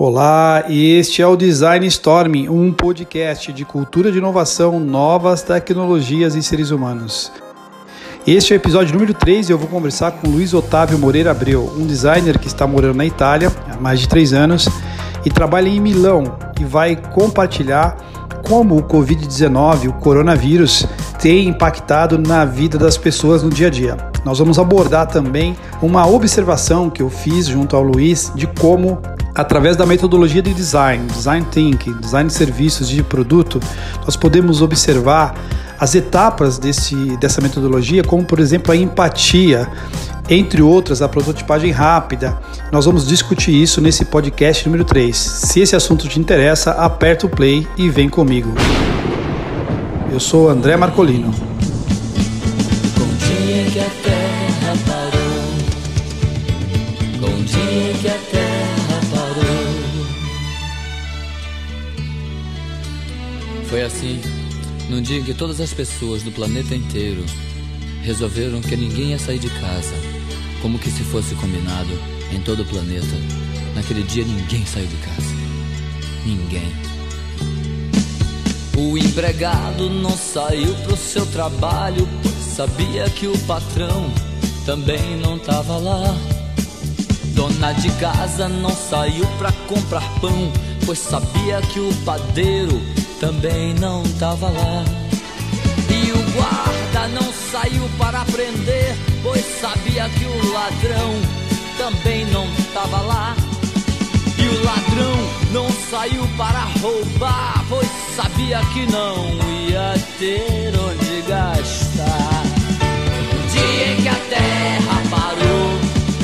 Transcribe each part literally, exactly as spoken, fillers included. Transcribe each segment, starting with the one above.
Olá, este é o Design Storm, um podcast de cultura de inovação, novas tecnologias e seres humanos. Este é o episódio número três e eu vou conversar com Luiz Otávio Moreira Abreu, um designer que está morando na Itália há mais de três anos e trabalha em Milão e vai compartilhar como o covid dezenove, o coronavírus, tem impactado na vida das pessoas no dia a dia. Nós vamos abordar também uma observação que eu fiz junto ao Luiz de como, através da metodologia de design, design thinking, design de serviços de produto, nós podemos observar as etapas desse, dessa metodologia, como por exemplo a empatia, entre outras, a prototipagem rápida. Nós vamos discutir isso nesse podcast número três. Se esse assunto te interessa, aperta o play e vem comigo. Eu sou André Marcolino. Com dia que a terra parou, com dia que a terra parou. Foi assim, num dia em que todas as pessoas do planeta inteiro resolveram que ninguém ia sair de casa, como que se fosse combinado em todo o planeta. Naquele dia ninguém saiu de casa. Ninguém. O empregado não saiu pro seu trabalho, pois sabia que o patrão também não tava lá. Dona de casa não saiu pra comprar pão, pois sabia que o padeiro também não tava lá. E o guarda não saiu para prender, pois sabia que o ladrão também não tava lá. E o ladrão não saiu para roubar, pois sabia que não ia ter onde gastar. No dia em que a terra parou,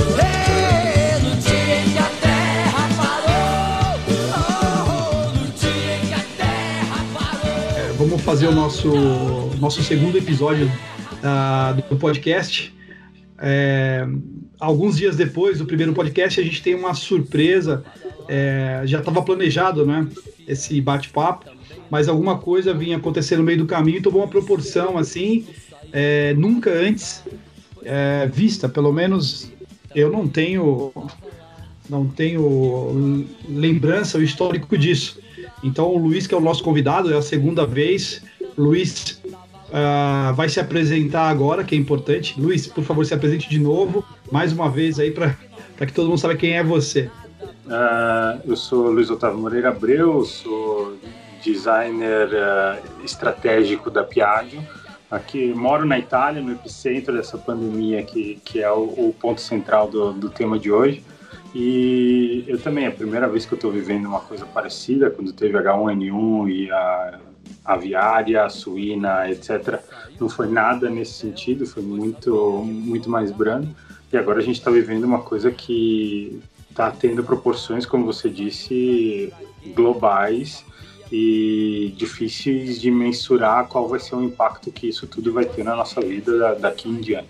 hey, no dia em que a terra parou, oh, no dia em que a terra parou. É, vamos fazer o nosso, nosso segundo episódio uh, do podcast. É, alguns dias depois do primeiro podcast, a gente tem uma surpresa. É, já estava planejado, né, esse bate-papo, mas alguma coisa vinha acontecer no meio do caminho e tomou uma proporção assim, é, nunca antes é, vista. Pelo menos eu não tenho, não tenho lembrança ou histórico disso. Então o Luiz, que é o nosso convidado, é a segunda vez. Luiz uh, vai se apresentar agora, que é importante. Luiz, por favor, se apresente de novo, mais uma vez aí, para que todo mundo saiba quem é você. Uh, eu sou Luiz Otávio Moreira Abreu, sou designer uh, estratégico da Piaggio. Aqui moro na Itália, no epicentro dessa pandemia, que, que é o, o ponto central do, do tema de hoje. E eu também, é a primeira vez que eu estou vivendo uma coisa parecida, quando teve agá um ene um e a aviária, a suína, etcétera. Não foi nada nesse sentido, foi muito, muito mais brando. E agora a gente está vivendo uma coisa que está tendo proporções, como você disse, globais e difíceis de mensurar qual vai ser o impacto que isso tudo vai ter na nossa vida daqui em diante.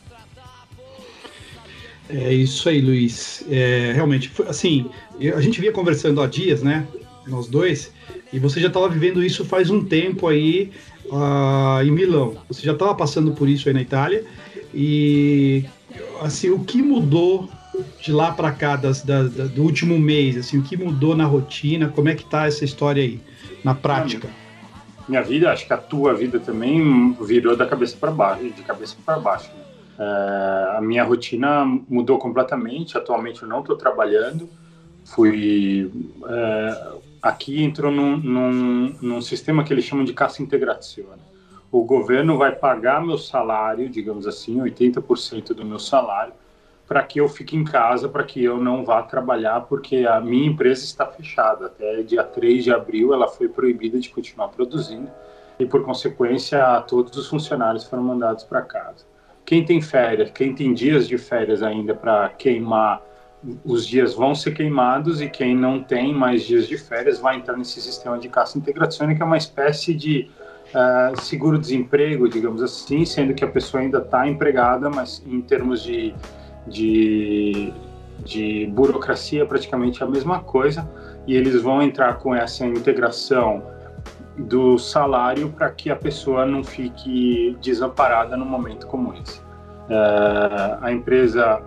É isso aí, Luiz. É, realmente, assim, a gente vinha conversando há dias, né, nós dois, e você já estava vivendo isso faz um tempo aí uh, em Milão. Você já estava passando por isso aí na Itália, e assim, o que mudou de lá para cá, das, da, da, do último mês, assim, o que mudou na rotina, como é que tá essa história aí, na prática? Minha vida, acho que a tua vida também virou da cabeça para baixo, de cabeça para baixo, né? É, a minha rotina mudou completamente. Atualmente eu não estou trabalhando, fui, é, aqui entrou num, num, num sistema que eles chamam de cassa integrazione. O governo vai pagar meu salário, digamos assim, oitenta por cento do meu salário, para que eu fique em casa, para que eu não vá trabalhar, porque a minha empresa está fechada. Até dia três de abril ela foi proibida de continuar produzindo e, por consequência, todos os funcionários foram mandados para casa. Quem tem férias, quem tem dias de férias ainda para queimar, os dias vão ser queimados, e quem não tem mais dias de férias vai entrar nesse sistema de cassa integrazione, que é uma espécie de uh, seguro-desemprego, digamos assim, sendo que a pessoa ainda está empregada, mas em termos de De, de burocracia praticamente a mesma coisa, e eles vão entrar com essa integração do salário para que a pessoa não fique desamparada num momento como esse. Uh, a empresa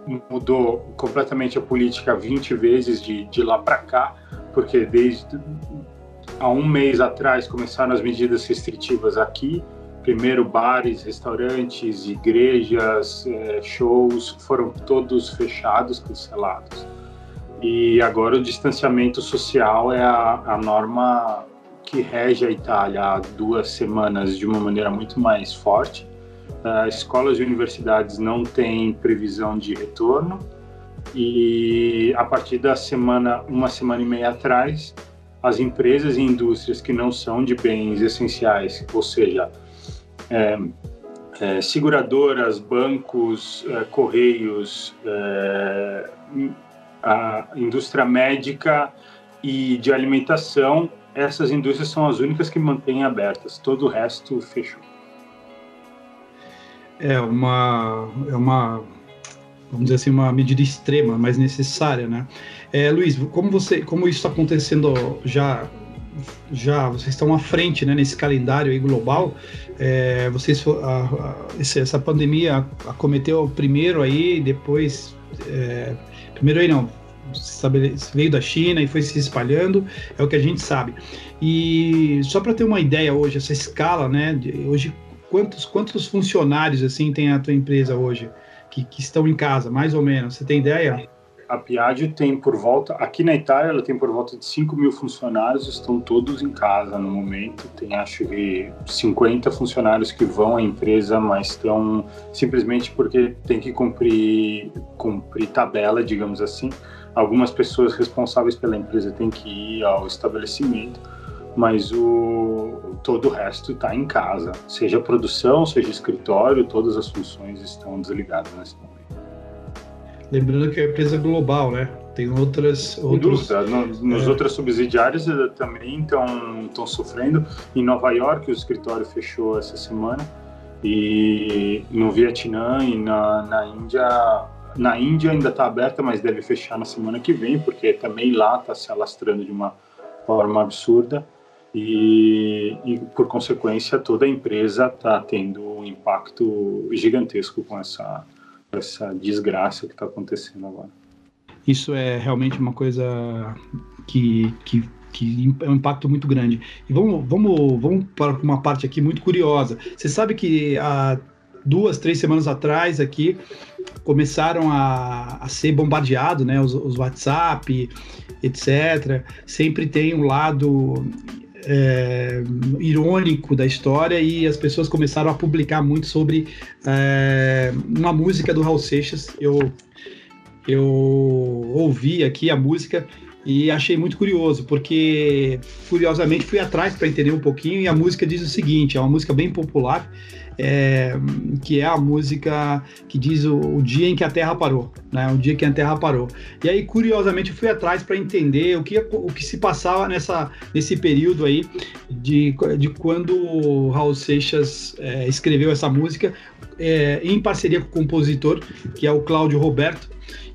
mudou completamente a política vinte vezes de, de lá para cá, porque desde há um mês atrás começaram as medidas restritivas aqui. Primeiro, bares, restaurantes, igrejas, eh, shows foram todos fechados, cancelados. E agora o distanciamento social é a, a norma que rege a Itália há duas semanas de uma maneira muito mais forte. Uh, escolas e universidades não têm previsão de retorno e a partir da semana, uma semana e meia atrás, as empresas e indústrias que não são de bens essenciais, ou seja, é, é, seguradoras, bancos, é, correios, é, a indústria médica e de alimentação, essas indústrias são as únicas que mantêm abertas, todo o resto fechou. É uma, é uma, vamos dizer assim, uma medida extrema, mas necessária, né? É, Luiz, como você, como isso está acontecendo já, já vocês estão à frente, né, nesse calendário aí global, é, vocês, a, a, essa pandemia acometeu primeiro aí, depois, é, primeiro aí não, veio da China e foi se espalhando, é o que a gente sabe. E só para ter uma ideia hoje, essa escala, né, de, hoje Quantos, quantos funcionários assim tem a tua empresa hoje que, que estão em casa, mais ou menos? Você tem ideia? A Piaggio tem por volta, aqui na Itália, ela tem por volta de cinco mil funcionários, estão todos em casa no momento. Tem acho que cinquenta funcionários que vão à empresa, mas estão simplesmente porque tem que cumprir, cumprir tabela, digamos assim. Algumas pessoas responsáveis pela empresa têm que ir ao estabelecimento, mas o, todo o resto está em casa, seja produção, seja escritório, todas as funções estão desligadas nesse momento. Lembrando que é uma empresa global, né? Tem outras... outros... Nos, nos é. outras subsidiárias também estão sofrendo. Em Nova York, o escritório fechou essa semana, e no Vietnã e na, na Índia... Na Índia ainda está aberta, mas deve fechar na semana que vem, porque também lá está se alastrando de uma forma absurda. E, e, por consequência, toda a empresa está tendo um impacto gigantesco com essa, essa desgraça que está acontecendo agora. Isso é realmente uma coisa que, que, que é um impacto muito grande. E vamos, vamos, vamos para uma parte aqui muito curiosa. Você sabe que há duas, três semanas atrás aqui começaram a, a ser bombardeado, né, os, os WhatsApp, etcétera. Sempre tem um lado... É, irônico da história, e as pessoas começaram a publicar muito sobre é, uma música do Raul Seixas. Eu, eu ouvi aqui a música e achei muito curioso, porque curiosamente fui atrás para entender um pouquinho, e a música diz o seguinte, é uma música bem popular, é, que é a música que diz o, o dia em que a Terra parou, né? O dia que a Terra parou. E aí, curiosamente, eu fui atrás para entender o que, o que se passava nessa, nesse período aí de, de quando o Raul Seixas é, escreveu essa música, é, em parceria com o compositor, que é o Cláudio Roberto.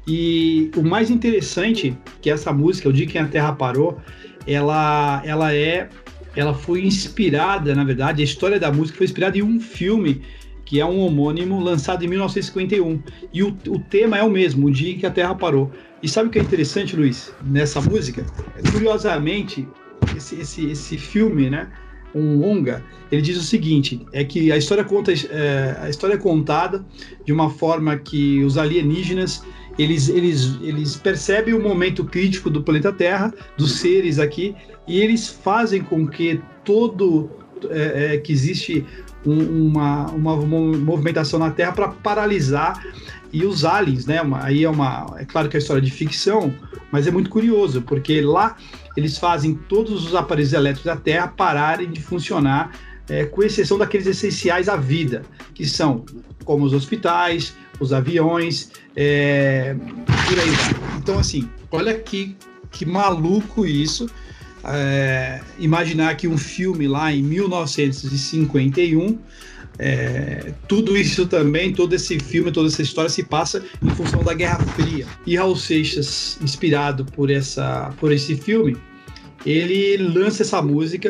E o mais interessante que essa música, O Dia que a Terra Parou, ela, ela é... ela foi inspirada, na verdade, a história da música foi inspirada em um filme que é um homônimo, lançado em mil novecentos e cinquenta e um. E o, o tema é o mesmo, O Dia em que a Terra Parou. E sabe o que é interessante, Luiz, nessa música? Curiosamente, esse, esse, esse filme, né, um longa, ele diz o seguinte, é que a história, conta, é, a história é contada de uma forma que os alienígenas, eles, eles, eles percebem o momento crítico do planeta Terra, dos seres aqui, e eles fazem com que todo é, é, que existe um, uma, uma movimentação na Terra para paralisar, e os aliens, né? Uma, aí é uma, é claro que é uma história de ficção, mas é muito curioso, porque lá eles fazem todos os aparelhos elétricos da Terra pararem de funcionar, é, com exceção daqueles essenciais à vida, que são como os hospitais, os aviões, é, por aí vai. Então, assim, olha que, que maluco isso. É, imaginar que um filme lá em mil novecentos e cinquenta e um, é, tudo isso também, todo esse filme, toda essa história se passa em função da Guerra Fria. E Raul Seixas, inspirado por, essa, por esse filme, ele lança essa música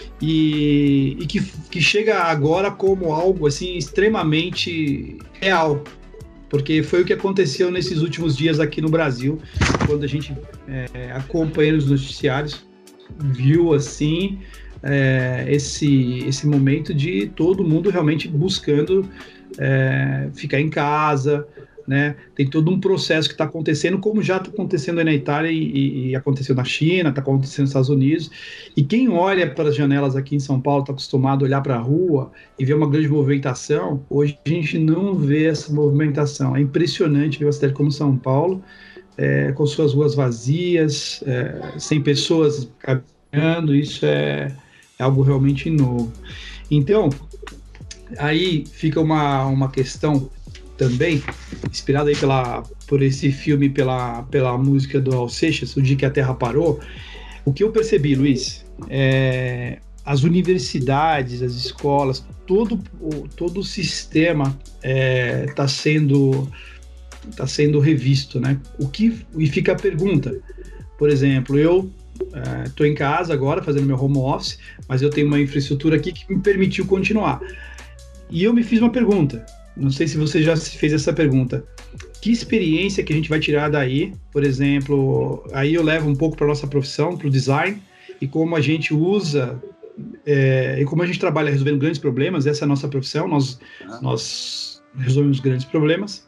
e, e que, que chega agora como algo assim extremamente real, porque foi o que aconteceu nesses últimos dias aqui no Brasil, quando a gente é, acompanha os noticiários, viu assim é, esse, esse momento de todo mundo realmente buscando é, ficar em casa, né? Tem todo um processo que está acontecendo, como já está acontecendo aí na Itália e, e aconteceu na China, está acontecendo nos Estados Unidos. E quem olha para as janelas aqui em São Paulo, está acostumado a olhar para a rua e ver uma grande movimentação. Hoje a gente não vê essa movimentação. É impressionante ver uma cidade como São Paulo, é, com suas ruas vazias, é, sem pessoas caminhando. Isso é, é algo realmente novo. Então, aí fica uma, uma questão também, inspirado aí pela, por esse filme, pela, pela música do Raul Seixas, O Dia que a Terra Parou. O que eu percebi, Luiz, é, as universidades, as escolas, todo, todo o sistema está é, sendo, tá sendo revisto, né? O que, e fica a pergunta, por exemplo, eu estou é, em casa agora fazendo meu home office, mas eu tenho uma infraestrutura aqui que me permitiu continuar. E eu me fiz uma pergunta. Não sei se você já se fez essa pergunta. Que experiência que a gente vai tirar daí? Por exemplo, aí eu levo um pouco para a nossa profissão, para o design, e como a gente usa, é, e como a gente trabalha resolvendo grandes problemas, essa é a nossa profissão, nós, nós resolvemos grandes problemas.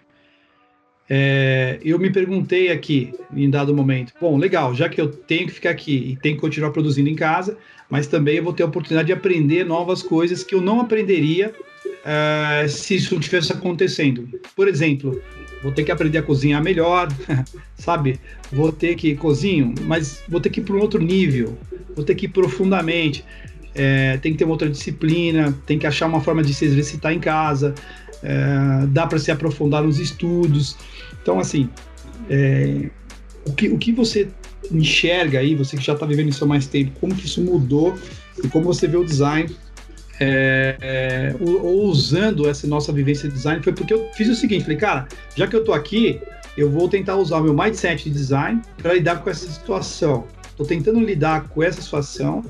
É, eu me perguntei aqui, em dado momento, bom, legal, já que eu tenho que ficar aqui e tenho que continuar produzindo em casa, mas também eu vou ter a oportunidade de aprender novas coisas que eu não aprenderia Uh, se isso estivesse acontecendo. Por exemplo, vou ter que aprender a cozinhar melhor, sabe? Vou ter que cozinho, mas vou ter que ir para um outro nível, vou ter que ir profundamente, é, tem que ter uma outra disciplina, tem que achar uma forma de se exercitar em casa, é, dá para se aprofundar nos estudos. Então, assim, é, o, que, o que você enxerga aí, você que já está vivendo isso há mais tempo, como que isso mudou e como você vê o design É, é, ou usando essa nossa vivência de design, foi porque eu fiz o seguinte, falei, cara, já que eu tô aqui, eu vou tentar usar o meu mindset de design para lidar com essa situação. Tô tentando lidar com essa situação,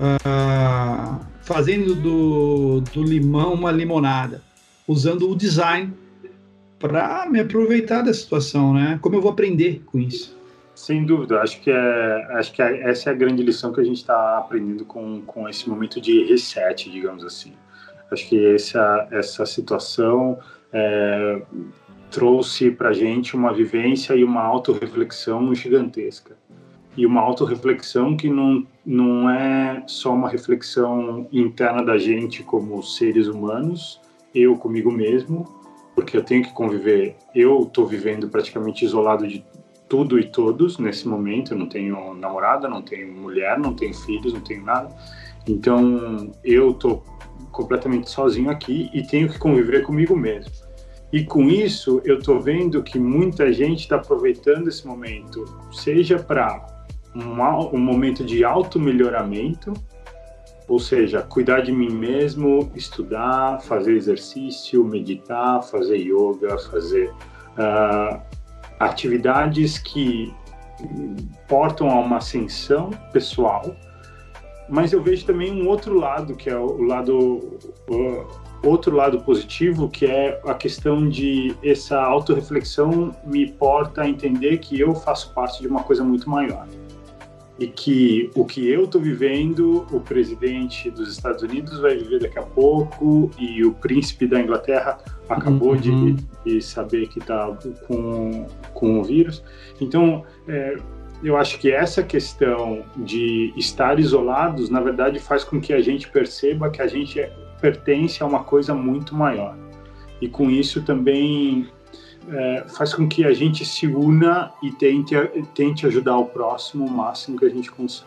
uh, fazendo do, do limão uma limonada, usando o design para me aproveitar da situação, né? Como eu vou aprender com isso? Sem dúvida, acho que, é, acho que é, essa é a grande lição que a gente está aprendendo com, com esse momento de reset, digamos assim. Acho que essa, essa situação é, trouxe para a gente uma vivência e uma autorreflexão gigantesca. E uma autorreflexão que não, não é só uma reflexão interna da gente como seres humanos, eu comigo mesmo, porque eu tenho que conviver, eu estou vivendo praticamente isolado de tudo e todos nesse momento. Eu não tenho namorada, não tenho mulher, não tenho filhos, não tenho nada. Então eu tô completamente sozinho aqui e tenho que conviver comigo mesmo. E com isso eu tô vendo que muita gente está aproveitando esse momento, seja para um, um momento de auto-melhoramento, ou seja, cuidar de mim mesmo, estudar, fazer exercício, meditar, fazer yoga, fazer uh, atividades que portam a uma ascensão pessoal, mas eu vejo também um outro lado, que é o lado o outro lado positivo, que é a questão de essa autorreflexão me porta a entender que eu faço parte de uma coisa muito maior e que o que eu estou vivendo, o presidente dos Estados Unidos vai viver daqui a pouco e o príncipe da Inglaterra acabou uhum. de, de saber que está com, com o vírus. Então, é, eu acho que essa questão de estar isolados, na verdade, faz com que a gente perceba que a gente pertence a uma coisa muito maior. E com isso também é, faz com que a gente se una e tente, tente ajudar o próximo o máximo que a gente consegue.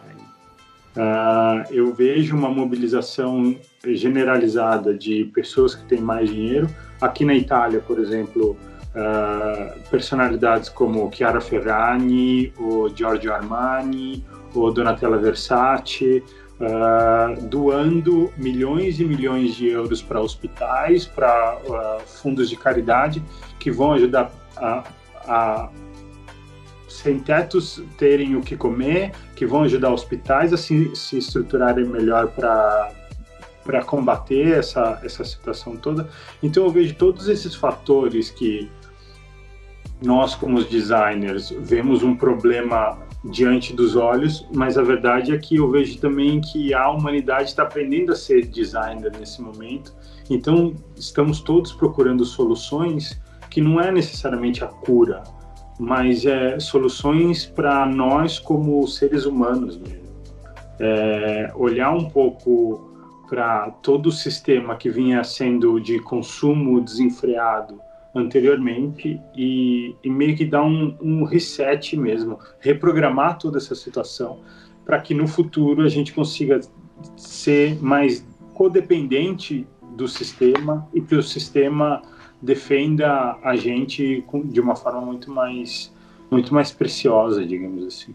Uh, eu vejo uma mobilização generalizada de pessoas que têm mais dinheiro. Aqui na Itália, por exemplo, uh, personalidades como Chiara Ferragni, ou Giorgio Armani, ou Donatella Versace, uh, doando milhões e milhões de euros para hospitais, para uh, fundos de caridade, que vão ajudar a, a sem-tetos terem o que comer, que vão ajudar hospitais a se, se estruturarem melhor para para combater essa, essa situação toda. Então eu vejo todos esses fatores que nós, como os designers, vemos um problema diante dos olhos, mas a verdade é que eu vejo também que a humanidade está aprendendo a ser designer nesse momento. Então estamos todos procurando soluções que não é necessariamente a cura, mas é soluções para nós como seres humanos mesmo. É, olhar um pouco para todo o sistema que vinha sendo de consumo desenfreado anteriormente e, e meio que dar um, um reset mesmo, reprogramar toda essa situação para que no futuro a gente consiga ser mais codependente do sistema e que o sistema defenda a gente de uma forma muito mais, muito mais preciosa, digamos assim.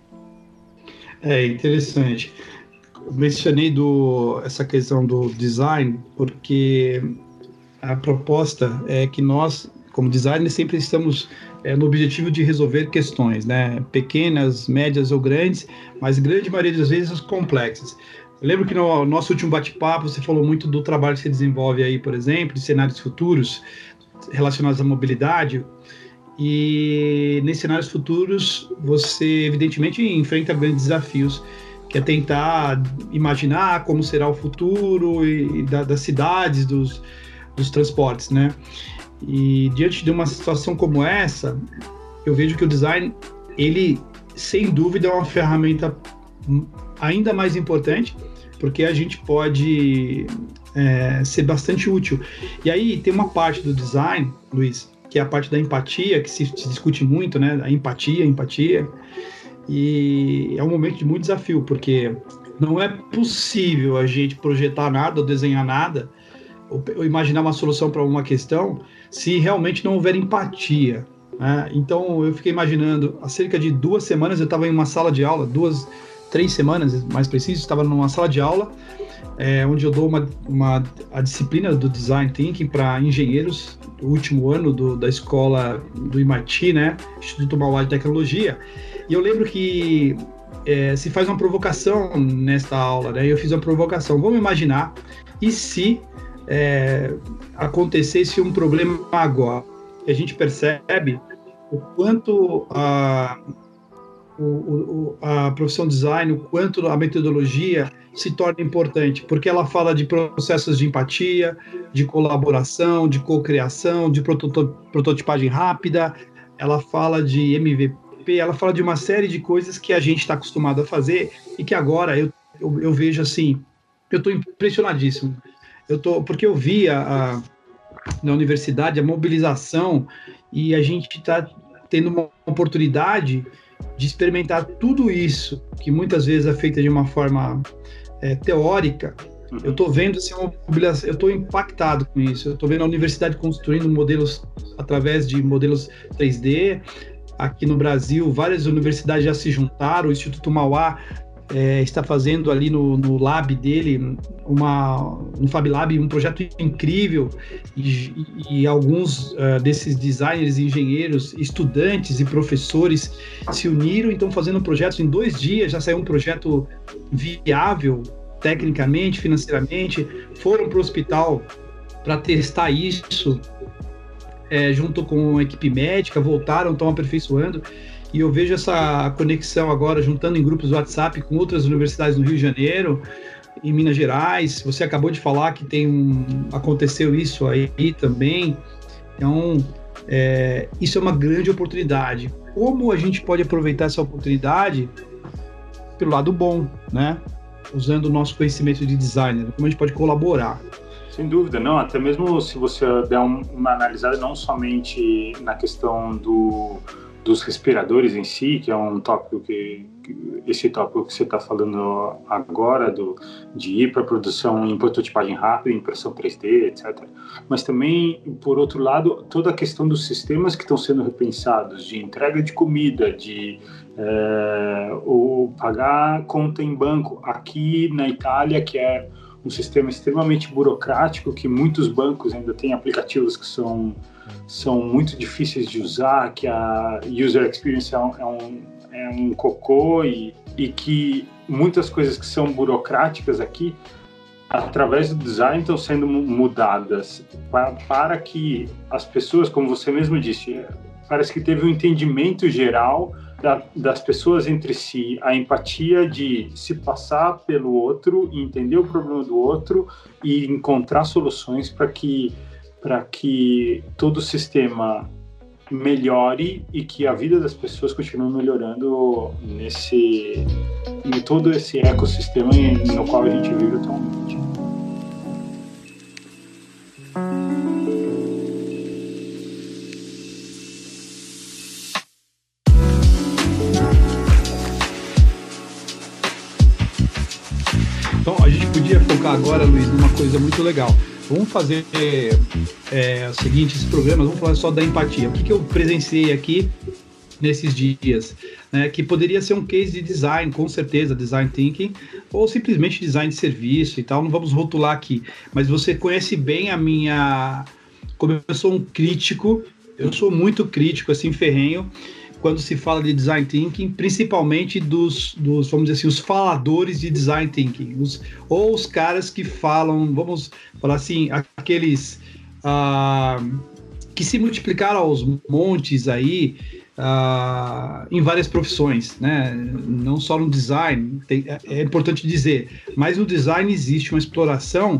É interessante. Eu mencionei do, essa questão do design porque a proposta é que nós, como designers, sempre estamos é, no objetivo de resolver questões, né? Pequenas, médias ou grandes, mas grande maioria das vezes complexas. Eu lembro que no nosso último bate-papo você falou muito do trabalho que você desenvolve aí, por exemplo, de cenários futuros relacionados à mobilidade, e nesses cenários futuros você evidentemente enfrenta grandes desafios, que é tentar imaginar como será o futuro e da, das cidades, dos, dos transportes, né? E diante de uma situação como essa, eu vejo que o design, ele sem dúvida é uma ferramenta ainda mais importante, porque a gente pode é, ser bastante útil. E aí tem uma parte do design, Luiz, que é a parte da empatia, que se, se discute muito, né? A empatia, empatia. E é um momento de muito desafio, porque não é possível a gente projetar nada ou desenhar nada, ou, ou imaginar uma solução para uma questão, se realmente não houver empatia, né? Então eu fiquei imaginando, há cerca de duas semanas eu estava em uma sala de aula, duas, três semanas mais preciso, estava numa sala de aula, é, onde eu dou uma, uma, a disciplina do Design Thinking para engenheiros do último ano do, da escola do M I T, né? Instituto Mauá de Tecnologia. E eu lembro que é, se faz uma provocação nesta aula, né? Eu fiz uma provocação. Vamos imaginar, e se é, acontecesse um problema agora? A gente percebe o quanto a, o, o, a profissão design, o quanto a metodologia se torna importante, porque ela fala de processos de empatia, de colaboração, de cocriação, de prototipagem rápida, ela fala de M V P, ela fala de uma série de coisas que a gente está acostumado a fazer e que agora eu, eu, eu vejo assim, eu estou impressionadíssimo, eu tô, porque eu vi a, a, na universidade a mobilização e a gente está tendo uma oportunidade de experimentar tudo isso, que muitas vezes é feita de uma forma é, teórica. Eu estou vendo assim, uma mobilização, eu estou impactado com isso, eu estou vendo a universidade construindo modelos através de modelos três D. Aqui no Brasil, várias universidades já se juntaram, o Instituto Mauá é, está fazendo ali no, no lab dele, uma, no Fab Lab, um projeto incrível, e, e alguns uh, desses designers, engenheiros, estudantes e professores se uniram e estão fazendo projetos em dois dias, já saiu um projeto viável, tecnicamente, financeiramente, foram para o hospital para testar isso, é, junto com a equipe médica, voltaram, estão aperfeiçoando, e eu vejo essa conexão agora, juntando em grupos do WhatsApp com outras universidades no Rio de Janeiro, em Minas Gerais. Você acabou de falar que tem um, aconteceu isso aí também, então é, isso é uma grande oportunidade. Como a gente pode aproveitar essa oportunidade pelo lado bom, né? Usando o nosso conhecimento de designer, como a gente pode colaborar. Sem dúvida, não, até mesmo se você der um, uma analisada não somente na questão do, dos respiradores em si, que é um tópico que, que esse tópico que você está falando agora, do, de ir para a produção em prototipagem rápida, impressão três D, etcétera. Mas também, por outro lado, toda a questão dos sistemas que estão sendo repensados, de entrega de comida, de é, o pagar conta em banco. Aqui na Itália, que é um sistema extremamente burocrático, que muitos bancos ainda têm aplicativos que são, são muito difíceis de usar, que a user experience é um, é um, é um cocô, e, e que muitas coisas que são burocráticas aqui através do design, estão sendo mudadas para, para que as pessoas, como você mesmo disse, parece que teve um entendimento geral da, das pessoas entre si, a empatia de se passar pelo outro, entender o problema do outro e encontrar soluções para que, para que todo o sistema melhore e que a vida das pessoas continue melhorando nesse, em todo esse ecossistema no qual a gente vive atualmente. Então, a gente podia focar agora, Luiz, numa coisa muito legal. Vamos fazer é, é, o seguinte, esse programa, vamos falar só da empatia. O que, que eu presenciei aqui nesses dias? Né, que poderia ser um case de design, com certeza, design thinking, ou simplesmente design de serviço e tal, não vamos rotular aqui. Mas você conhece bem a minha... Como eu sou um crítico, eu sou muito crítico, assim, ferrenho, quando se fala de design thinking, principalmente dos, dos vamos dizer assim, os faladores de design thinking, os, ou os caras que falam, vamos falar assim, aqueles ah, que se multiplicaram aos montes aí ah, em várias profissões, né? Não só no design, tem, é importante dizer, mas no design existe uma exploração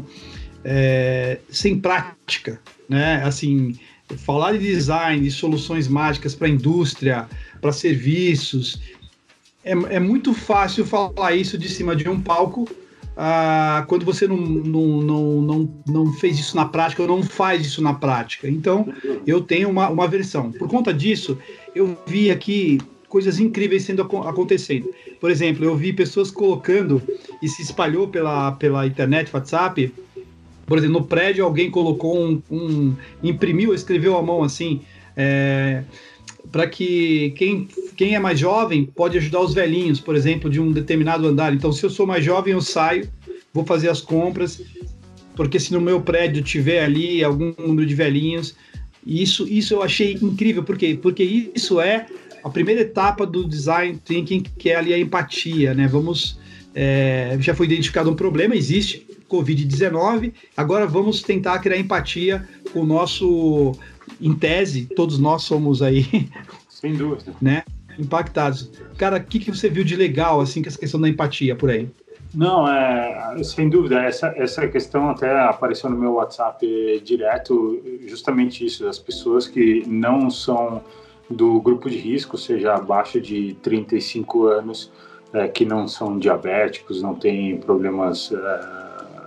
é, sem prática, né? Assim, falar de design, de soluções mágicas para a indústria, para serviços, é, é muito fácil falar isso de cima de um palco ah, quando você não, não, não, não, não fez isso na prática ou não faz isso na prática. Então, eu tenho uma, uma versão. Por conta disso, eu vi aqui coisas incríveis sendo acontecendo. Por exemplo, eu vi pessoas colocando, e se espalhou pela, pela internet, WhatsApp. Por exemplo, no prédio alguém colocou um, um imprimiu, escreveu à mão assim, é, para que quem, quem é mais jovem pode ajudar os velhinhos, por exemplo, de um determinado andar. Então, se eu sou mais jovem, eu saio, vou fazer as compras, porque se no meu prédio tiver ali algum número de velhinhos, isso, isso eu achei incrível. Por quê? Porque isso é a primeira etapa do design thinking, que é ali a empatia, né? Vamos, é, já foi identificado um problema, existe covid dezenove, agora vamos tentar criar empatia com o nosso, em tese, todos nós somos aí, sem dúvida, né, impactados. Cara, o que, que você viu de legal, assim, com essa questão da empatia por aí? Não, é, sem dúvida, essa, essa questão até apareceu no meu WhatsApp direto, justamente isso, das pessoas que não são do grupo de risco, seja abaixo de trinta e cinco anos, é, que não são diabéticos, não têm problemas... É,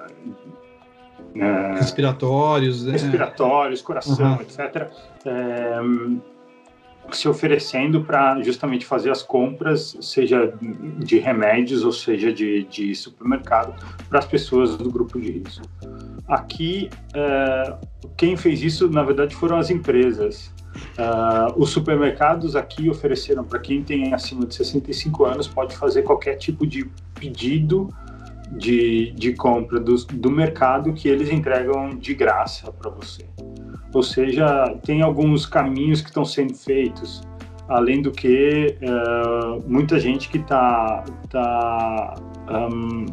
É, respiratórios, respiratórios, é. coração, uhum. etcétera, é, se oferecendo para justamente fazer as compras, seja de remédios ou seja de, de supermercado, para as pessoas do grupo de risco. Aqui, é, quem fez isso, na verdade, foram as empresas. É, os supermercados aqui ofereceram para quem tem acima de sessenta e cinco anos, pode fazer qualquer tipo de pedido De, de compra do, do mercado que eles entregam de graça para você. Ou seja, tem alguns caminhos que estão sendo feitos, além do que uh, muita gente que está tá, um,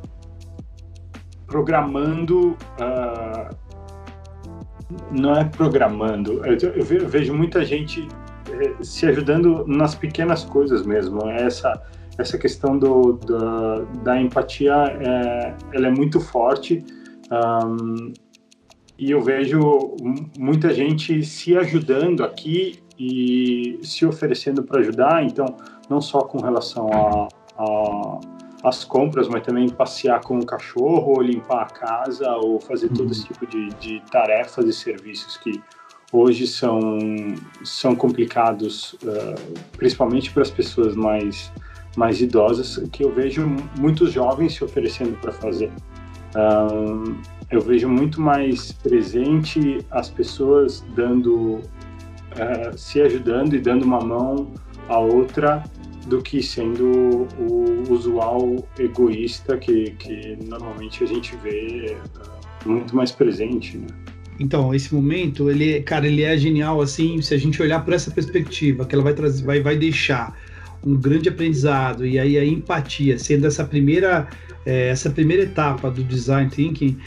programando, uh, não é programando, eu vejo muita gente se ajudando nas pequenas coisas mesmo, essa Essa questão do, da, da empatia, é, ela é muito forte, um, e eu vejo muita gente se ajudando aqui e se oferecendo para ajudar, então, não só com relação a, a, às compras, mas também passear com o cachorro, ou limpar a casa, ou fazer todo esse tipo de, de tarefas e serviços que hoje são, são complicados, uh, principalmente para as pessoas mais... mais idosas, que eu vejo muitos jovens se oferecendo para fazer. Um, eu vejo muito mais presente as pessoas dando, uh, se ajudando e dando uma mão à outra, do que sendo o usual egoísta que, que normalmente a gente vê uh, muito mais presente, né? Então, esse momento, ele, cara, ele é genial, assim, se a gente olhar por essa perspectiva, que ela vai trazer, vai, vai deixar um grande aprendizado, e aí a empatia, sendo essa primeira, é, essa primeira etapa do Design Thinking,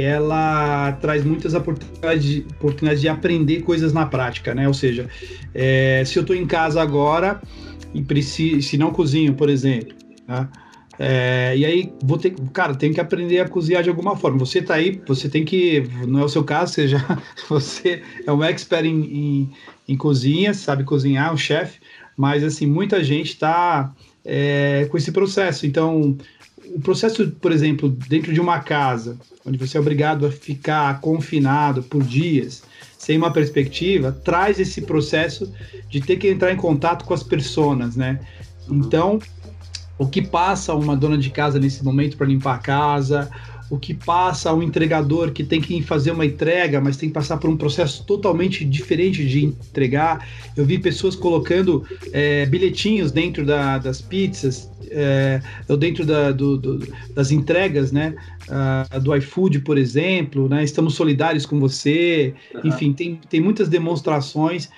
ela traz muitas oportunidades de, oportunidades de aprender coisas na prática, né? Ou seja, é, se eu estou em casa agora e preciso, se não cozinho, por exemplo, tá? É, e aí vou ter, cara, tenho que aprender a cozinhar de alguma forma. Você tá aí, você tem que, não é o seu caso, você já, você é um expert em, em, em cozinha, sabe cozinhar, um chefe, mas assim, muita gente está é, com esse processo. Então, o processo, por exemplo, dentro de uma casa, onde você é obrigado a ficar confinado por dias, sem uma perspectiva, traz esse processo de ter que entrar em contato com as pessoas, né? Então, o que passa uma dona de casa nesse momento para limpar a casa, o que passa um entregador que tem que fazer uma entrega, mas tem que passar por um processo totalmente diferente de entregar. Eu vi pessoas colocando é, bilhetinhos dentro da, das pizzas, é, ou dentro da, do, do, das entregas, né? Uh, do iFood, por exemplo, né? Estamos solidários com você. Uhum. Enfim, tem, tem muitas demonstrações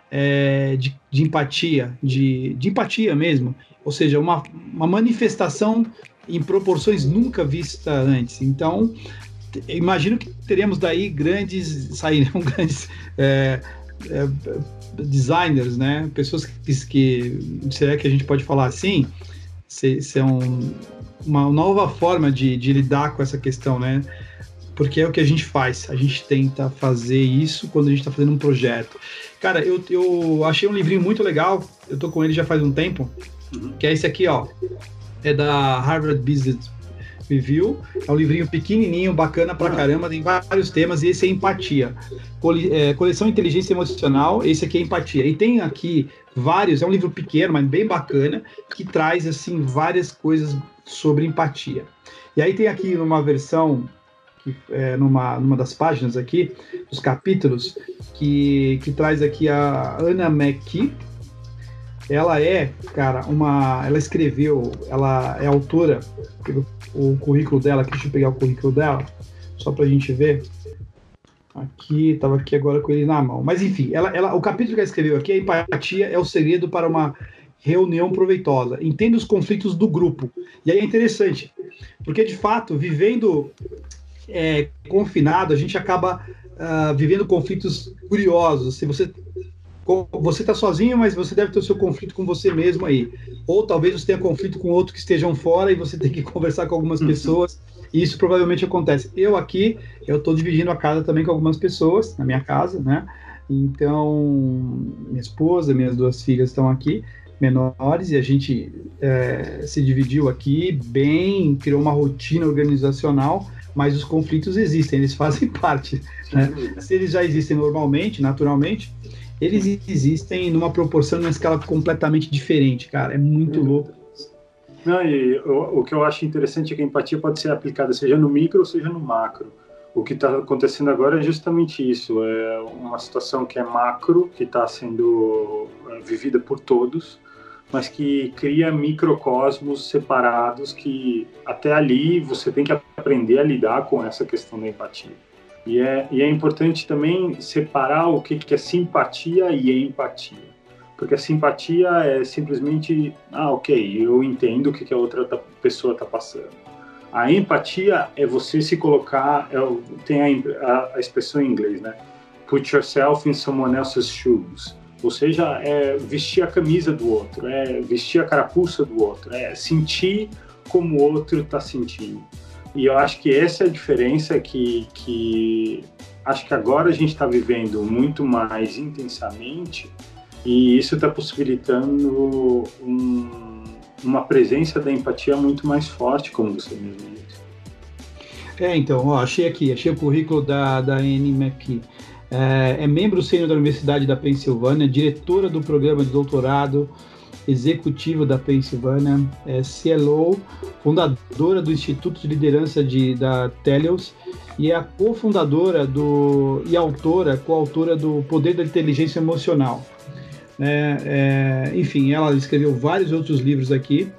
é, de, de empatia, de, de empatia mesmo. Ou seja, uma, uma manifestação em proporções nunca vistas antes. Então, imagino que teremos daí grandes, sairão grandes é, é, designers, né? Pessoas que, que, será que a gente pode falar assim? Se, são uma nova forma de, de lidar com essa questão, né? Porque é o que a gente faz, a gente tenta fazer isso quando a gente está fazendo um projeto. Cara, eu, eu achei um livrinho muito legal, eu tô com ele já faz um tempo, que é esse aqui, ó, é da Harvard Business Review, é um livrinho pequenininho, bacana pra caramba, tem vários temas, e esse é empatia, Cole, é, coleção Inteligência Emocional, esse aqui é empatia, e tem aqui vários, é um livro pequeno, mas bem bacana, que traz, assim, várias coisas sobre empatia. E aí tem aqui numa versão, que, é, numa, numa das páginas aqui, dos capítulos, que, que traz aqui a Anna McKee. Ela é, cara, uma... Ela escreveu, ela é autora, o currículo dela, aqui, deixa eu pegar o currículo dela, só pra gente ver. Aqui, tava aqui agora com ele na mão. Mas enfim, ela, ela, o capítulo que ela escreveu aqui, a empatia é o segredo para uma reunião proveitosa. Entenda os conflitos do grupo. E aí é interessante, porque de fato, vivendo é, confinado, a gente acaba uh, vivendo conflitos curiosos. Se você... Você está sozinho, mas você deve ter o seu conflito com você mesmo aí. Ou talvez você tenha conflito com outros que estejam fora e você tem que conversar com algumas pessoas. E isso provavelmente acontece. Eu aqui, eu estou dividindo a casa também com algumas pessoas, na minha casa, né? Então, minha esposa, minhas duas filhas estão aqui, menores, e a gente é, se dividiu aqui bem, criou uma rotina organizacional, mas os conflitos existem, eles fazem parte, né? Se eles já existem normalmente, naturalmente, eles existem numa proporção, numa escala completamente diferente, cara. É muito louco. Não, e o, o que eu acho interessante é que a empatia pode ser aplicada seja no micro ou seja no macro. O que está acontecendo agora é justamente isso. É uma situação que é macro, que está sendo vivida por todos, mas que cria microcosmos separados que até ali você tem que aprender a lidar com essa questão da empatia. E é, e é importante também separar o que, que é simpatia e empatia. Porque a simpatia é simplesmente, ah, ok, eu entendo o que, que a outra pessoa está passando. A empatia é você se colocar, é, tem a, a, a expressão em inglês, né? Put yourself in someone else's shoes. Ou seja, é vestir a camisa do outro, é vestir a carapuça do outro, é sentir como o outro está sentindo. E eu acho que essa é a diferença que, que acho que agora a gente está vivendo muito mais intensamente, e isso está possibilitando um, uma presença da empatia muito mais forte, como você mesmo disse. É, então, ó, achei aqui, achei o currículo da, da Anne McKee. É, é membro sênior da Universidade da Pensilvânia, diretora do programa de doutorado executivo da Pensilvânia, é C L O, fundadora do Instituto de Liderança de, da Teleios, e é a cofundadora do, e autora, coautora do Poder da Inteligência Emocional. É, é, enfim, ela escreveu vários outros livros aqui,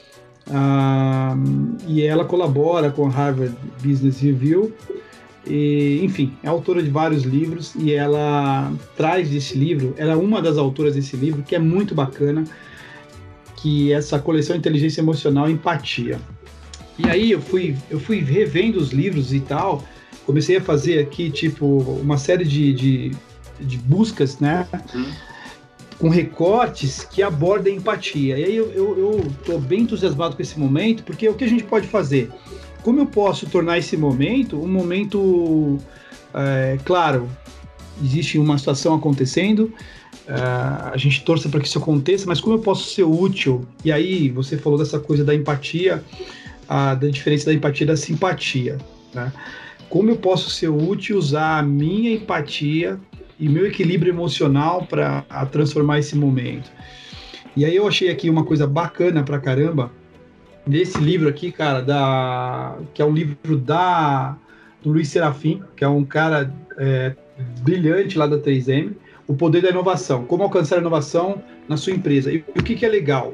ah, e ela colabora com a Harvard Business Review, e, enfim, é autora de vários livros, e ela traz desse livro, ela é uma das autoras desse livro, que é muito bacana, que essa coleção Inteligência Emocional e Empatia. E aí eu fui, eu fui revendo os livros e tal, comecei a fazer aqui, tipo, uma série de, de, de buscas, né? Uhum. Com recortes que abordam a empatia. E aí eu, eu, eu tô bem entusiasmado com esse momento, porque o que a gente pode fazer? Como eu posso tornar esse momento um momento, é, claro, existe uma situação acontecendo, Uh, a gente torce para que isso aconteça, mas como eu posso ser útil? E aí você falou dessa coisa da empatia, uh, da diferença da empatia e da simpatia, né? Como eu posso ser útil, usar a minha empatia e meu equilíbrio emocional para transformar esse momento? E aí eu achei aqui uma coisa bacana pra caramba, nesse livro aqui, cara, da, que é um livro da, do Luiz Serafim, que é um cara é, brilhante lá da três M, O Poder da Inovação, como alcançar a inovação na sua empresa. E o que, que é legal?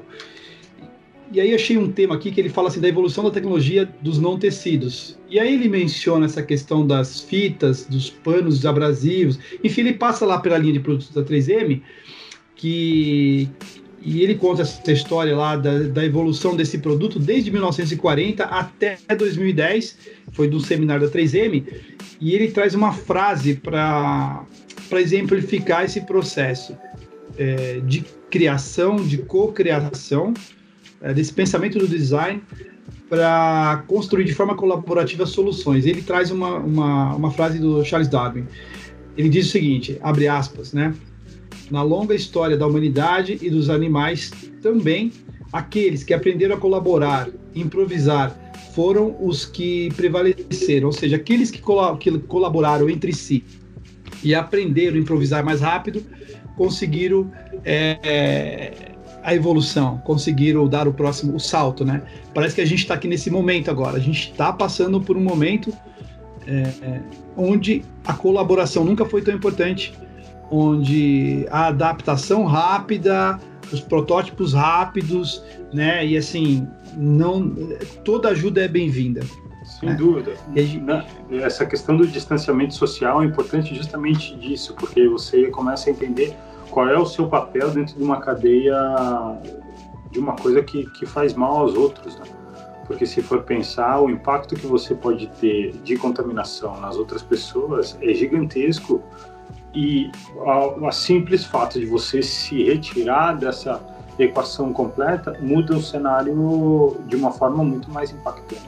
E aí achei um tema aqui que ele fala assim da evolução da tecnologia dos não tecidos. E aí ele menciona essa questão das fitas, dos panos abrasivos. Enfim, ele passa lá pela linha de produtos da três M, que, e ele conta essa história lá da, da evolução desse produto desde mil novecentos e quarenta até dois mil e dez, foi do seminário da três M, e ele traz uma frase para... para exemplificar esse processo é, de criação, de co-criação, é, desse pensamento do design para construir de forma colaborativa soluções. Ele traz uma, uma, uma frase do Charles Darwin. Ele diz o seguinte, abre aspas, né? Na longa história da humanidade e dos animais também, aqueles que aprenderam a colaborar, improvisar, foram os que prevaleceram, ou seja, aqueles que, col- que colaboraram entre si e aprenderam a improvisar mais rápido, conseguiram é, é, a evolução, conseguiram dar o próximo, o salto, né? Parece que a gente está aqui nesse momento agora, a gente está passando por um momento é, é, onde a colaboração nunca foi tão importante, onde a adaptação rápida, os protótipos rápidos, né? E assim, não, toda ajuda é bem-vinda. Sem é. dúvida. Gente... Essa questão do distanciamento social é importante justamente disso, porque você começa a entender qual é o seu papel dentro de uma cadeia, de uma coisa que, que faz mal aos outros, né? Porque se for pensar, o impacto que você pode ter de contaminação nas outras pessoas é gigantesco, e a, a simples fato de você se retirar dessa equação completa muda o cenário de uma forma muito mais impactante.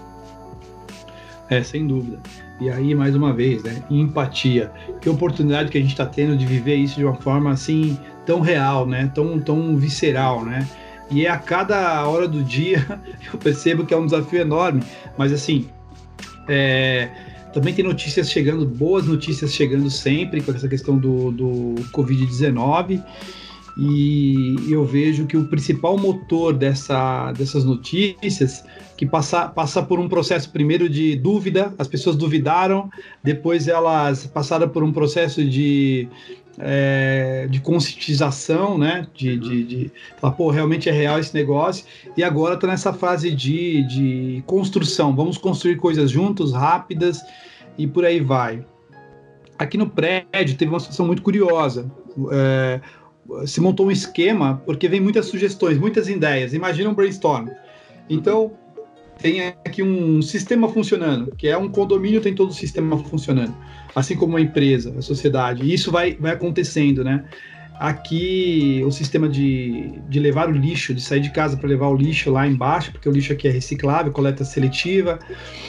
É, sem dúvida. E aí, mais uma vez, né, empatia. Que oportunidade que a gente está tendo de viver isso de uma forma assim, tão real, né, tão, tão visceral, né? E é a cada hora do dia, eu percebo que é um desafio enorme, mas assim, é, também tem notícias chegando, boas notícias chegando sempre com essa questão do, do covid dezenove, e eu vejo que o principal motor dessa, dessas notícias, que passa, passa por um processo primeiro de dúvida, as pessoas duvidaram, depois elas passaram por um processo de, é, de conscientização, né, de, de, de falar, pô, realmente é real esse negócio, e agora está nessa fase de, de construção, vamos construir coisas juntos, rápidas, e por aí vai. Aqui no prédio teve uma situação muito curiosa, é, se montou um esquema, porque vem muitas sugestões, muitas ideias, imagina um brainstorm. Então, tem aqui um sistema funcionando, que é um condomínio, tem todo o sistema funcionando, assim como uma empresa, a sociedade, e isso vai, vai acontecendo, né? Aqui, o sistema de, de levar o lixo, de sair de casa para levar o lixo lá embaixo, porque o lixo aqui é reciclável, coleta seletiva,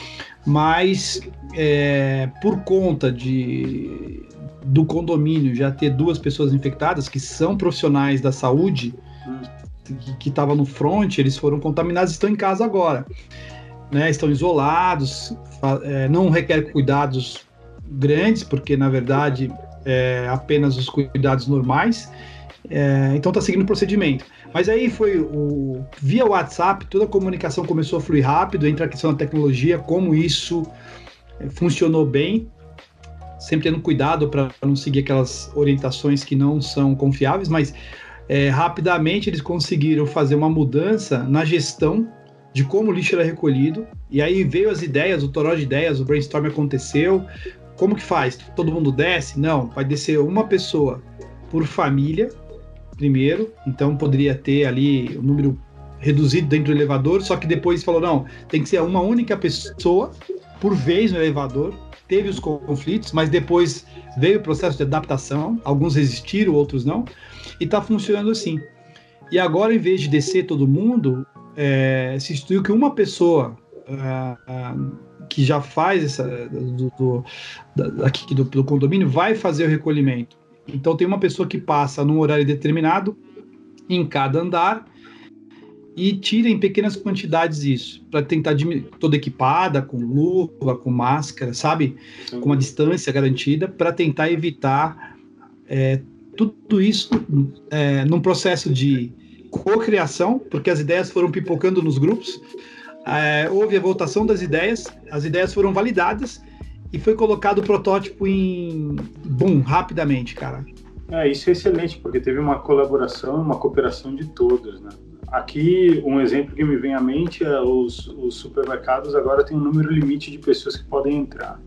mas é, por conta de... do condomínio já ter duas pessoas infectadas, que são profissionais da saúde, que estavam no front, eles foram contaminados e estão em casa agora, né? Estão isolados, é, não requer cuidados grandes, porque na verdade é apenas os cuidados normais, é, então está seguindo o procedimento. Mas aí foi o, via WhatsApp, toda a comunicação começou a fluir rápido, entre a questão da tecnologia, como isso funcionou bem, sempre tendo cuidado para não seguir aquelas orientações que não são confiáveis, mas é, rapidamente eles conseguiram fazer uma mudança na gestão de como o lixo era recolhido, e aí veio as ideias, o toró de ideias, o brainstorm aconteceu. Como que faz? Todo mundo desce? Não, vai descer uma pessoa por família, primeiro, então poderia ter ali um número reduzido dentro do elevador, só que depois falou, não, tem que ser uma única pessoa por vez no elevador. Teve os conflitos, mas depois veio o processo de adaptação, alguns resistiram, outros não, e está funcionando assim. E agora, em vez de descer todo mundo, é, se instituiu que uma pessoa uh, uh, que já faz essa, do, do, da, aqui do, do condomínio vai fazer o recolhimento. Então tem uma pessoa que passa num horário determinado em cada andar e tira em pequenas quantidades isso, para tentar diminuir, toda equipada, com luva, com máscara, sabe? Com uma distância garantida, para tentar evitar é, tudo isso é, num processo de cocriação, porque as ideias foram pipocando nos grupos, é, houve a votação das ideias, as ideias foram validadas e foi colocado o protótipo em boom, rapidamente, cara. É, isso é excelente, porque teve uma colaboração, uma cooperação de todos, né? Aqui, um exemplo que me vem à mente é os, os supermercados agora têm um número limite de pessoas que podem entrar.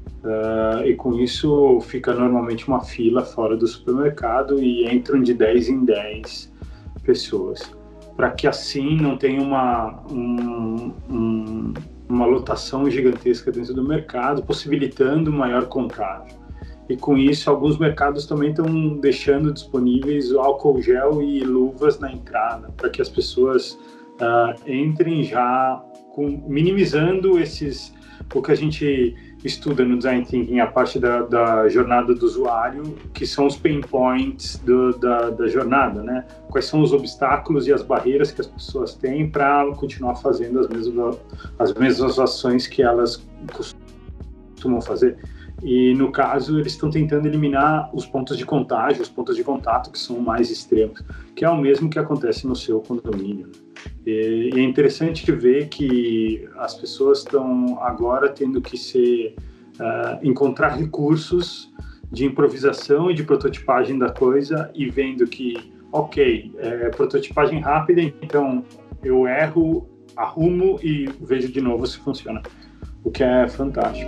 Uh, e com isso fica normalmente uma fila fora do supermercado e entram de dez em dez pessoas. Para que assim não tenha uma, um, um, uma lotação gigantesca dentro do mercado, possibilitando maior contágio. E com isso, alguns mercados também estão deixando disponíveis o álcool gel e luvas na entrada, para que as pessoas uh, entrem já com, minimizando esses, o que a gente estuda no Design Thinking, a parte da, da jornada do usuário, que são os pain points do, da, da jornada, né? Quais são os obstáculos e as barreiras que as pessoas têm para continuar fazendo as mesmas, as mesmas ações que elas costumam fazer. E, no caso, eles estão tentando eliminar os pontos de contágio, os pontos de contato que são mais extremos, que é o mesmo que acontece no seu condomínio. E, e é interessante ver que as pessoas estão agora tendo que ser, uh, encontrar recursos de improvisação e de prototipagem da coisa e vendo que, ok, é prototipagem rápida, então eu erro, arrumo e vejo de novo se funciona, o que é fantástico.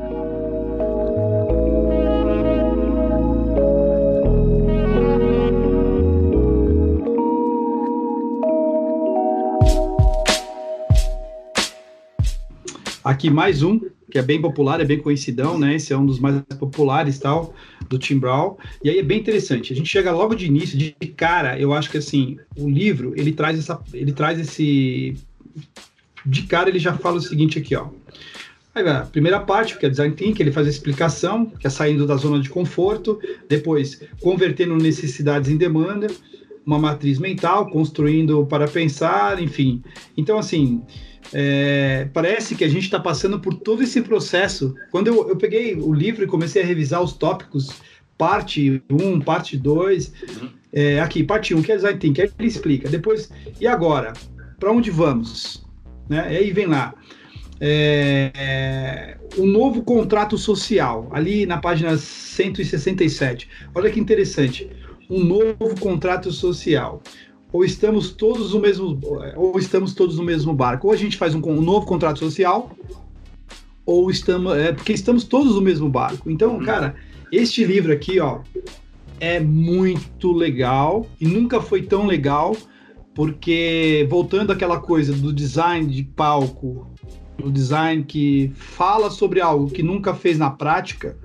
Aqui mais um, que é bem popular, é bem conhecidão, né? Esse é um dos mais populares, tal, do Tim Brown. E aí é bem interessante. A gente chega logo de início, de cara, eu acho que assim, o livro, ele traz essa, ele traz esse... De cara, ele já fala o seguinte aqui, ó. Aí, a primeira parte, que é Design Thinking, ele faz a explicação, que é saindo da zona de conforto, depois convertendo necessidades em demanda, uma matriz mental, construindo para pensar, enfim. Então, assim... É, parece que a gente está passando por todo esse processo. Quando eu, eu peguei o livro e comecei a revisar os tópicos, parte um, parte dois, é, aqui, parte um, que é Design Thinking, aí ele explica. Depois, e agora? Para onde vamos? Né? E aí vem lá. É, é, o novo contrato social, ali na página cento e sessenta e sete. Olha que interessante. Um novo contrato social. Ou estamos todos no mesmo, ou estamos todos no mesmo barco. Ou a gente faz um, um novo contrato social, ou estamos, é, porque estamos todos no mesmo barco. Então, cara, este livro aqui, ó, é muito legal e nunca foi tão legal, porque voltando àquela coisa do design de palco, do design que fala sobre algo que nunca fez na prática,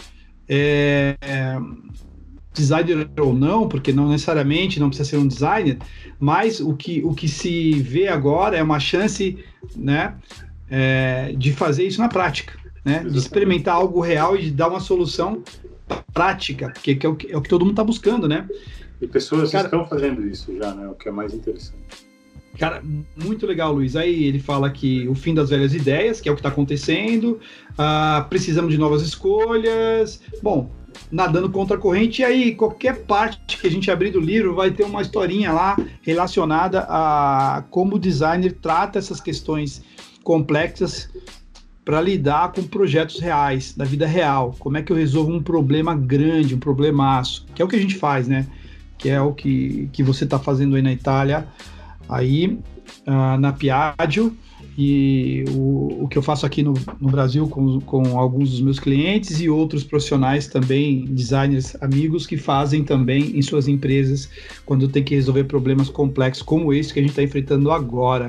é, é designer ou não, porque não necessariamente não precisa ser um designer, mas o que, o que se vê agora é uma chance, né, é, de fazer isso na prática, né, de experimentar algo real e de dar uma solução prática, porque que é, o que, é o que todo mundo está buscando, né? E pessoas cara, estão fazendo isso já, né, o que é mais interessante. Cara, muito legal, Luiz. Aí ele fala que o fim das velhas ideias, que é o que está acontecendo, ah, precisamos de novas escolhas, bom, nadando contra a corrente, e aí qualquer parte que a gente abrir do livro vai ter uma historinha lá relacionada a como o designer trata essas questões complexas para lidar com projetos reais, da vida real. Como é que eu resolvo um problema grande, um problemaço, que é o que a gente faz, né? Que é o que, que você está fazendo aí na Itália, aí uh, na Piaggio, e o, o que eu faço aqui no, no Brasil com, com alguns dos meus clientes e outros profissionais também, designers amigos, que fazem também em suas empresas quando tem que resolver problemas complexos como esse que a gente está enfrentando agora.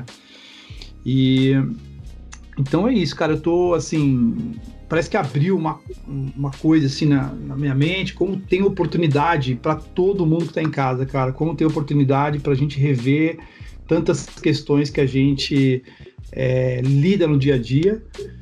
E então é isso, cara, eu tô assim, parece que abriu uma, uma coisa assim na, na minha mente, como tem oportunidade para todo mundo que está em casa, cara, como tem oportunidade para a gente rever tantas questões que a gente é, lida no dia a dia,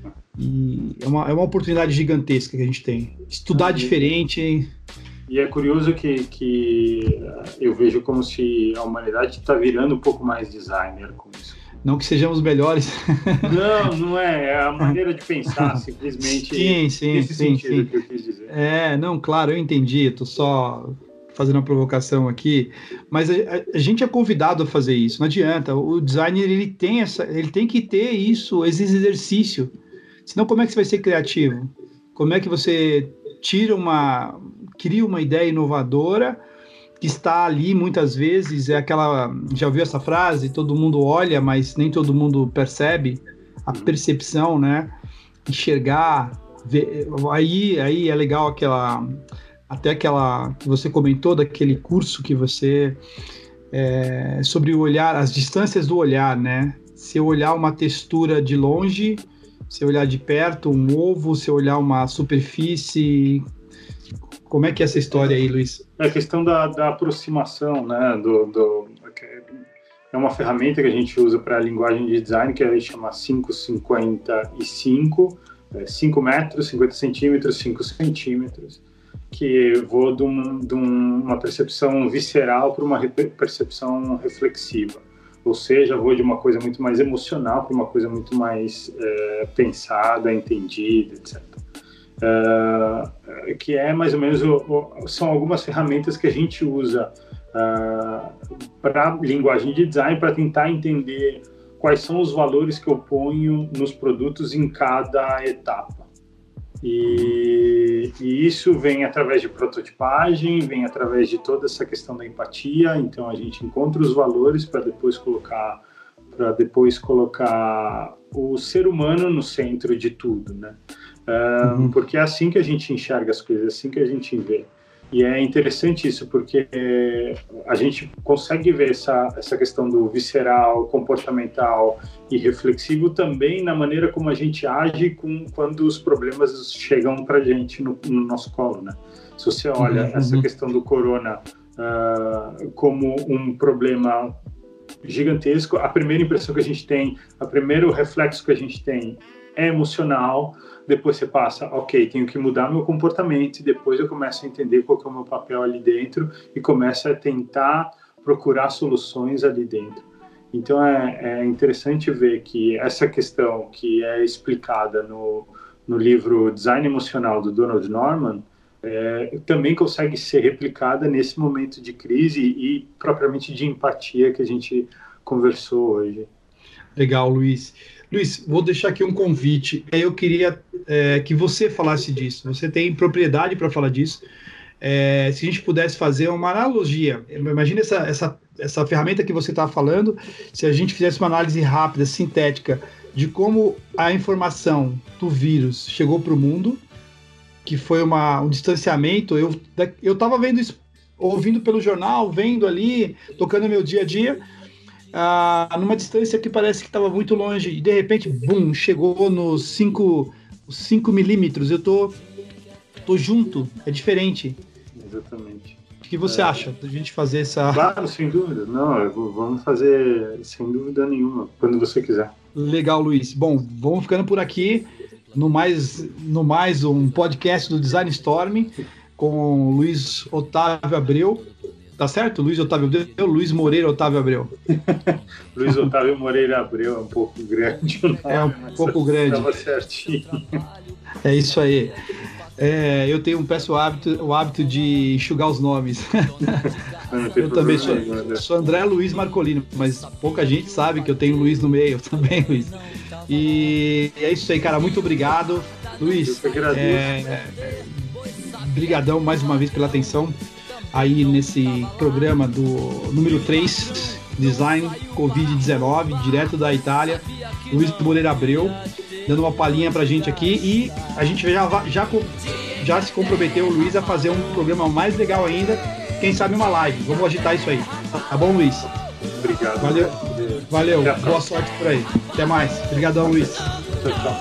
e é uma, é uma oportunidade gigantesca que a gente tem. Estudar diferente. E é curioso que, que eu vejo como se a humanidade está virando um pouco mais designer com isso. Não que sejamos melhores. Não, não é. É a maneira de pensar, simplesmente. Sim, sim, nesse sim, sentido sim. que eu quis dizer. É, não, claro, eu entendi. Estou só fazendo uma provocação aqui, mas a, a gente é convidado a fazer isso, não adianta, o designer ele tem, essa, ele tem que ter isso, esse exercício, senão como é que você vai ser criativo? Como é que você tira uma, cria uma ideia inovadora, que está ali muitas vezes, é aquela, já ouviu essa frase, todo mundo olha, mas nem todo mundo percebe, a percepção, né, enxergar, ver, aí, aí é legal aquela... Até aquela que você comentou, daquele curso que você... É, sobre o olhar, as distâncias do olhar, né? Se eu olhar uma textura de longe, se eu olhar de perto, um ovo, se eu olhar uma superfície... Como é que é essa história aí, Luiz? É a questão da, da aproximação, né? Do, do, é uma ferramenta que a gente usa para a linguagem de design, que a gente chama cinco cinquenta e cinco, é, cinco metros, cinquenta centímetros, cinco centímetros. Que vou de, um, de uma percepção visceral para uma percepção reflexiva. Ou seja, vou de uma coisa muito mais emocional para uma coisa muito mais é, pensada, entendida, etcétera. É, que é mais ou menos, o, o, são algumas ferramentas que a gente usa uh, para linguagem de design, para tentar entender quais são os valores que eu ponho nos produtos em cada etapa. E, e isso vem através de prototipagem, vem através de toda essa questão da empatia. Então a gente encontra os valores para depois colocar, para depois colocar o ser humano no centro de tudo, né? Uh, uhum. Porque é assim que a gente enxerga as coisas, é assim que a gente vê. E é interessante isso, porque a gente consegue ver essa, essa questão do visceral, comportamental e reflexivo também na maneira como a gente age com, quando os problemas chegam para a gente no, no nosso colo, né? Se você olha uhum. essa questão do corona uh, como um problema gigantesco, a primeira impressão que a gente tem, o primeiro reflexo que a gente tem é emocional. Depois você passa, ok, tenho que mudar meu comportamento, e depois eu começo a entender qual que é o meu papel ali dentro e começo a tentar procurar soluções ali dentro. Então é, é interessante ver que essa questão que é explicada no, no livro Design Emocional do Donald Norman é, também consegue ser replicada nesse momento de crise e propriamente de empatia que a gente conversou hoje. Legal, Luiz. Luiz, vou deixar aqui um convite. Eu queria é, que você falasse disso. Você tem propriedade para falar disso. É, se a gente pudesse fazer uma analogia, imagina essa, essa, essa ferramenta que você está falando, se a gente fizesse uma análise rápida, sintética, de como a informação do vírus chegou para o mundo, que foi uma, um distanciamento. Eu eu estava vendo isso, ouvindo pelo jornal, vendo ali, tocando meu dia a dia, Ah, numa distância que parece que estava muito longe, e de repente, bum, chegou nos cinco milímetros. Eu tô, tô junto, é diferente. Exatamente. O que você é... acha da gente fazer essa... Claro, sem dúvida. Não, vamos fazer sem dúvida nenhuma, quando você quiser. Legal, Luiz. Bom, vamos ficando por aqui, no mais, no mais um podcast do Design Storm, com o Luiz Otávio Abreu. Tá certo? Luiz Otávio Abreu, Luiz Moreira Otávio Abreu. Luiz Otávio Moreira Abreu é um pouco grande. Nome, é um pouco grande. Estava certinho. É isso aí. É, eu tenho um péssimo hábito, o hábito de enxugar os nomes. Eu também sou, sou André Luiz Marcolino, mas pouca gente sabe que eu tenho Luiz no meio também, Luiz. E é isso aí, cara. Muito obrigado, Luiz. Eu que agradeço. É, brigadão mais uma vez pela atenção aí nesse programa do número três, Design covid dezenove, direto da Itália, Luiz Moreira Abreu, dando uma palhinha pra gente aqui, e a gente já, já, já se comprometeu, o Luiz, a fazer um programa mais legal ainda, quem sabe uma live. Vamos agitar isso aí. Tá bom, Luiz? Obrigado. Valeu, valeu. Boa sorte por aí. Até mais. Obrigadão, Luiz. Tchau, tchau.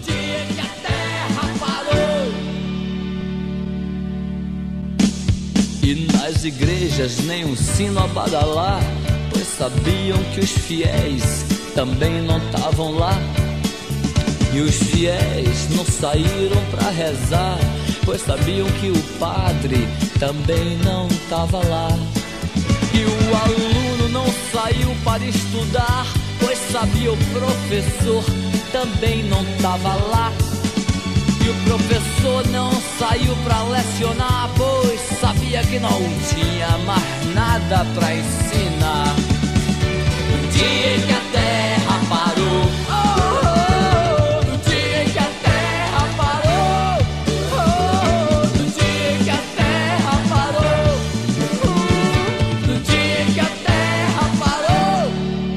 E nas igrejas nem um sino a badalar, pois sabiam que os fiéis também não estavam lá. E os fiéis não saíram pra rezar, pois sabiam que o padre também não estava lá. E o aluno não saiu para estudar, pois sabia o professor também não estava lá. E o professor não saiu pra lecionar, pois sabia que não tinha mais nada pra ensinar. No dia em que a terra parou, oh, oh, no dia em que a terra parou, oh, no dia em que a terra parou, oh, no dia em que a terra parou.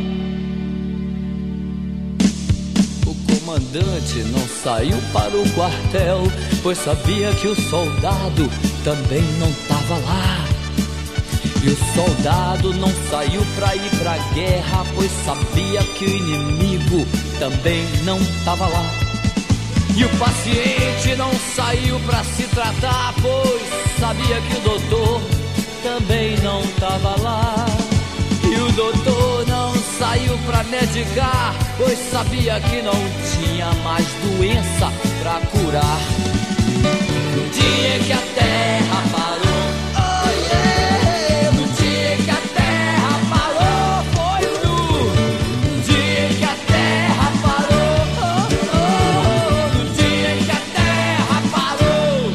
O comandante não saiu para o quartel, pois sabia que o soldado também não estava lá. E o soldado não saiu pra ir pra guerra, pois sabia que o inimigo também não estava lá. E o paciente não saiu pra se tratar, pois sabia que o doutor também não estava lá. E o doutor não saiu pra medicar, pois sabia que não tinha mais doença pra curar. No dia que a terra parou, oh yeah, no dia que a terra parou, foi o nu. No dia que a terra parou, oh, oh, no dia que a terra parou.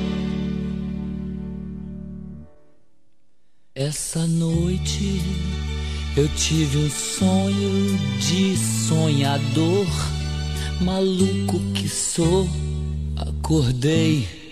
Essa noite eu tive um sonho de sonhador, maluco que sou, acordei